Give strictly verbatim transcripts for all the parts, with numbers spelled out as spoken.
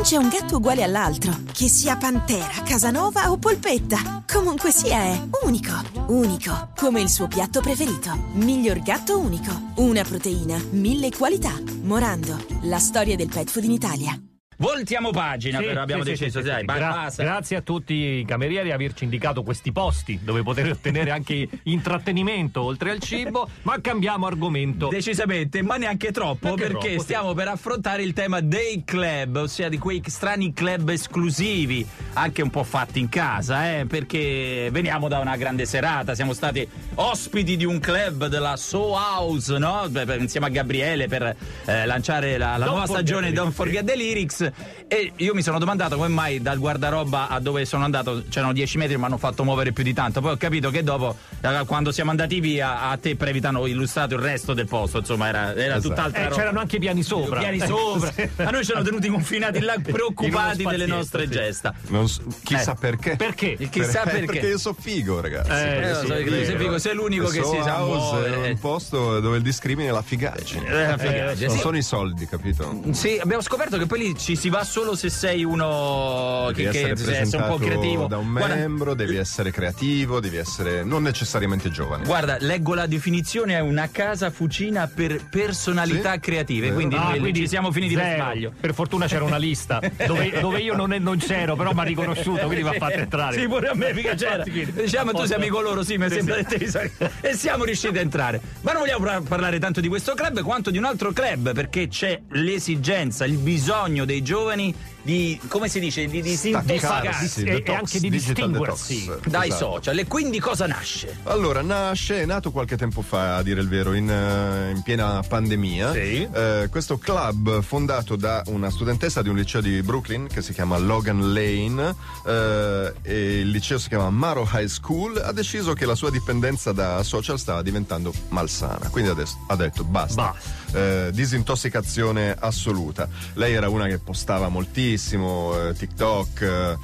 c'è un gatto uguale all'altro, che sia pantera, casanova o polpetta. Comunque sia è unico, unico, come il suo piatto preferito. Miglior gatto unico, una proteina, mille qualità. Morando, la storia del pet food in Italia. Voltiamo pagina, sì, però abbiamo sì, deciso, sì, dai, sì, basta, Gra- basta. Grazie a tutti i camerieri per averci indicato questi posti dove poter ottenere anche intrattenimento oltre al cibo, ma cambiamo argomento. Decisamente, ma neanche troppo, Neanche perché troppo, stiamo sì. per affrontare il tema dei club, ossia di quei strani club esclusivi, anche un po' fatti in casa, eh, perché veniamo da una grande serata, siamo stati ospiti di un club della Soho House, no? Insieme a Gabriele per eh, lanciare la, la Don't nuova stagione di Don't Forget Forget the Lyrics. E io mi sono domandato come mai dal guardaroba a dove sono andato c'erano dieci metri, ma hanno fatto muovere più di tanto. Poi ho capito che dopo, quando siamo andati via, a te Previta hanno illustrato il resto del posto, insomma era, era esatto. tutt'altra eh, roba. c'erano anche piani sopra piani sopra a noi ci hanno tenuti confinati là, preoccupati delle nostre sì. gesta. Non so, chissà Eh. perché. Perché? Il chissà Per- perché. Perché io so figo, ragazzi. Eh, Eh, lo sì, so, è che sei vero. figo, sei l'unico che si sa House è muovere. un posto dove il discrimine è la figaggine. Eh, la figaggine, Non sì. sono i soldi, capito? Sì, abbiamo scoperto che poi lì ci si va solo se sei uno Devi che, che essere se sei un po' presentato creativo. da un Guarda, membro, devi essere creativo, devi essere non necessariamente giovane. Guarda, leggo la definizione, è una casa fucina per personalità Sì? creative, Vero. quindi, Ah, noi quindi ci siamo finiti per zero. sbaglio. Per fortuna c'era una lista dove, dove io non, non c'ero, però mi ha riconosciuto, quindi mi ha fatto entrare. Sì, pure a me mica c'era. Diciamo tu sei amico loro, sì, mi Sì, sembra sì. che te e siamo riusciti a entrare. Ma non vogliamo pra- parlare tanto di questo club quanto di un altro club, perché c'è l'esigenza, il bisogno dei giovani di, come si dice, di disintossicarsi Staccarsi, e- e detox, anche di digital distinguersi detox. dai Esatto. social. E quindi cosa nasce? Allora, nasce, è nato qualche tempo fa, a dire il vero, in, eh, in piena pandemia. Sì. Eh, questo club fondato da una studentessa di un liceo di Brooklyn che si chiama Logan Lane, eh, e il liceo si chiama Maro High School, ha deciso che la sua dipendenza da social stava diventando malsana. Quindi adesso ha detto basta. Basta. Eh, disintossicazione assoluta. Lei era una che postava moltissimo, eh, TikTok,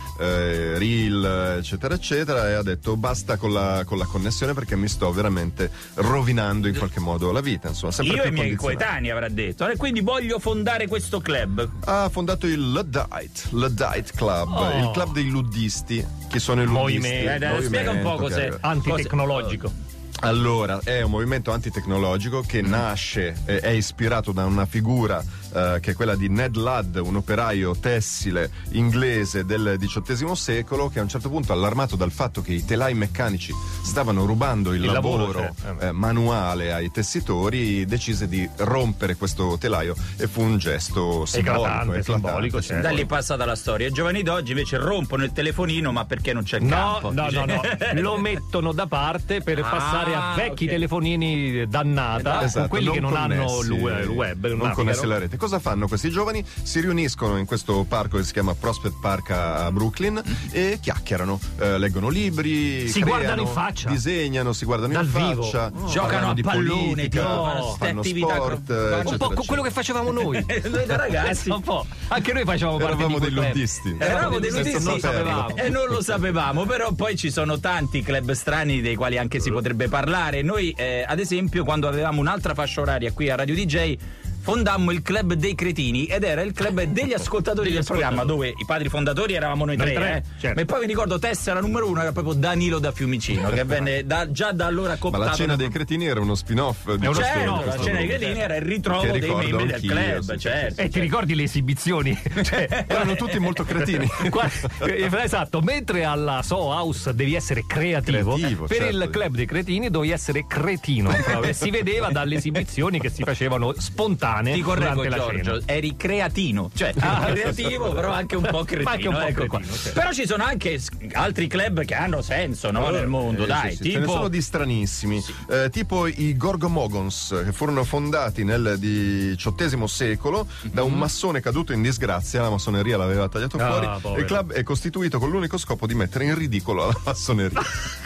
eh, Reel, eccetera, eccetera, e ha detto basta con la, con la connessione perché mi sto veramente rovinando in qualche modo la vita. Insomma, sempre Io più e i miei condizionato. coetanei avrà detto, e quindi voglio fondare questo club. Ha fondato il Luddite, Luddite Club, Oh. il club dei luddisti. Chi sono i luddisti? Movimento. Eh, dai, spiega un po' Movimento cos'è. che- antitecnologico. Allora, è un movimento antitecnologico che nasce, eh, è ispirato da una figura eh, che è quella di Ned Ludd, un operaio tessile inglese del diciottesimo secolo, che a un certo punto, allarmato dal fatto che i telai meccanici stavano rubando il, Il lavoro, lavoro, sì. eh, manuale ai tessitori, decise di rompere questo telaio e fu un gesto simbolico, Eclatante, eclatante, simbolico, certo. Da lì è passata la storia. I giovani d'oggi invece rompono il telefonino, ma perché non c'è il No, campo? no, no, no, lo mettono da parte per Ah, passare a vecchi ok. telefonini dannata, Esatto, con quelli che non hanno connessi, il web, il web, non navigano. connessi alla rete. Cosa fanno questi giovani? Si riuniscono in questo parco che si chiama Prospect Park a a Brooklyn e chiacchierano, eh, leggono libri, Si creano, guardano in faccia. disegnano, si guardano Dal in vivo. faccia, Oh. Giocano parlano a di pallone, politica, fanno fanno ste attività sport, cro- eh, un Un eccetera, po' eccetera. quello che facevamo noi. Noi da ragazzi. Un po'. Anche noi facevamo parte Eravamo di quel dei club. luddisti. Eravamo dei Senza luddisti, non lo saperlo. sapevamo. E non lo sapevamo, però poi ci sono tanti club strani dei quali anche si potrebbe parlare. Noi, eh, ad esempio, quando avevamo un'altra fascia oraria qui a Radio D J, fondammo il club dei cretini ed era il club degli ascoltatori Degli del programma, ascoltatori. dove i padri fondatori eravamo noi, Noi tre, tre, eh. certo. E poi mi ricordo tessera numero uno era proprio Danilo da Fiumicino, che venne da- già da allora Ma cooptato. la cena da- dei cretini era uno spin-off di uno questo- Certo, spin-off, di la questo cena dei gruppo. cretini era il ritrovo Che dei ricordo membri del anch'io, club, sì, certo. E ti ricordi le esibizioni? Cioè, Erano tutti molto cretini. Qua- esatto, mentre alla Soho House devi essere creativo, Creativo, per certo. il club dei cretini dovevi essere cretino proprio, e si vedeva dalle esibizioni che si facevano spontanee Ti correggo, durante la Giorgio, cena. eri creatino, cioè Ah, creativo però anche un po' cretino, anche un po' ecco qua. cretino, certo. Però ci sono anche s- altri club che hanno senso, no, nel mondo, Eh, dai, sì, sì, ce ne tipo sono di stranissimi, eh, tipo i Gorgomogons, che furono fondati nel diciottesimo secolo da un massone caduto in disgrazia. La massoneria l'aveva tagliato Ah, fuori. povero. Il club è costituito con l'unico scopo di mettere in ridicolo la massoneria.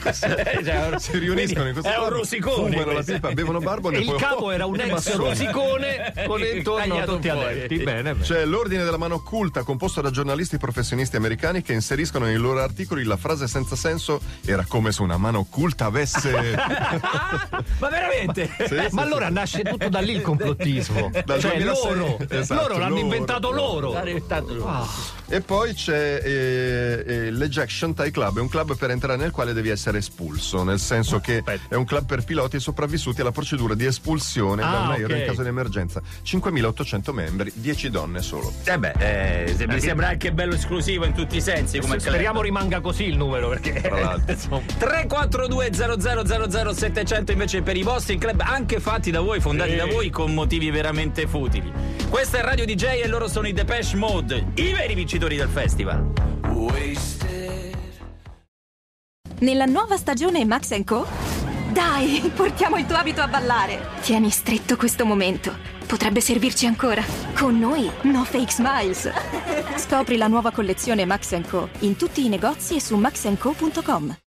Cioè, Si riuniscono in questo è un club, rosicone fumano la questo. pipa, bevono barbone E e il poi capo oh, era un ex massone. rosicone con intorno Tagliato tutti un po'. adepti. Bene, bene. C'è l'Ordine della Mano Occulta, composto da giornalisti professionisti americani che inseriscono nei loro articoli la frase senza senso: era come se una mano occulta avesse... Ma veramente? Sì, sì, Ma sì. allora nasce tutto da lì il complottismo. Dal Cioè duemilasei. loro, Esatto, loro l'hanno loro, inventato loro. Ah. E poi c'è eh, eh, l'Ejection Thai Club, è un club per entrare nel quale devi essere espulso, nel senso che Aspetta. è un club per piloti sopravvissuti alla procedura di espulsione Ah, da un aereo ok. in caso di emergenza. cinquemilaottocento membri, dieci donne solo. Eh beh, eh, se- mi sembra anche bello esclusivo in tutti i sensi come club. Speriamo rimanga così il numero, perché Tra l'altro. insomma. tre quattro due zero zero zero zero settecento invece per i vostri club anche fatti da voi, fondati Sì. da voi con motivi veramente futili. Questa è Radio D J e loro sono i Depeche Mode, i veri vincitori del festival. Nella nuova stagione Max and Co? Dai, portiamo il tuo abito a ballare. Tieni stretto questo momento. Potrebbe servirci ancora. Con noi, no fake smiles. Scopri la nuova collezione Max and Co in tutti i negozi e su max and co punto com.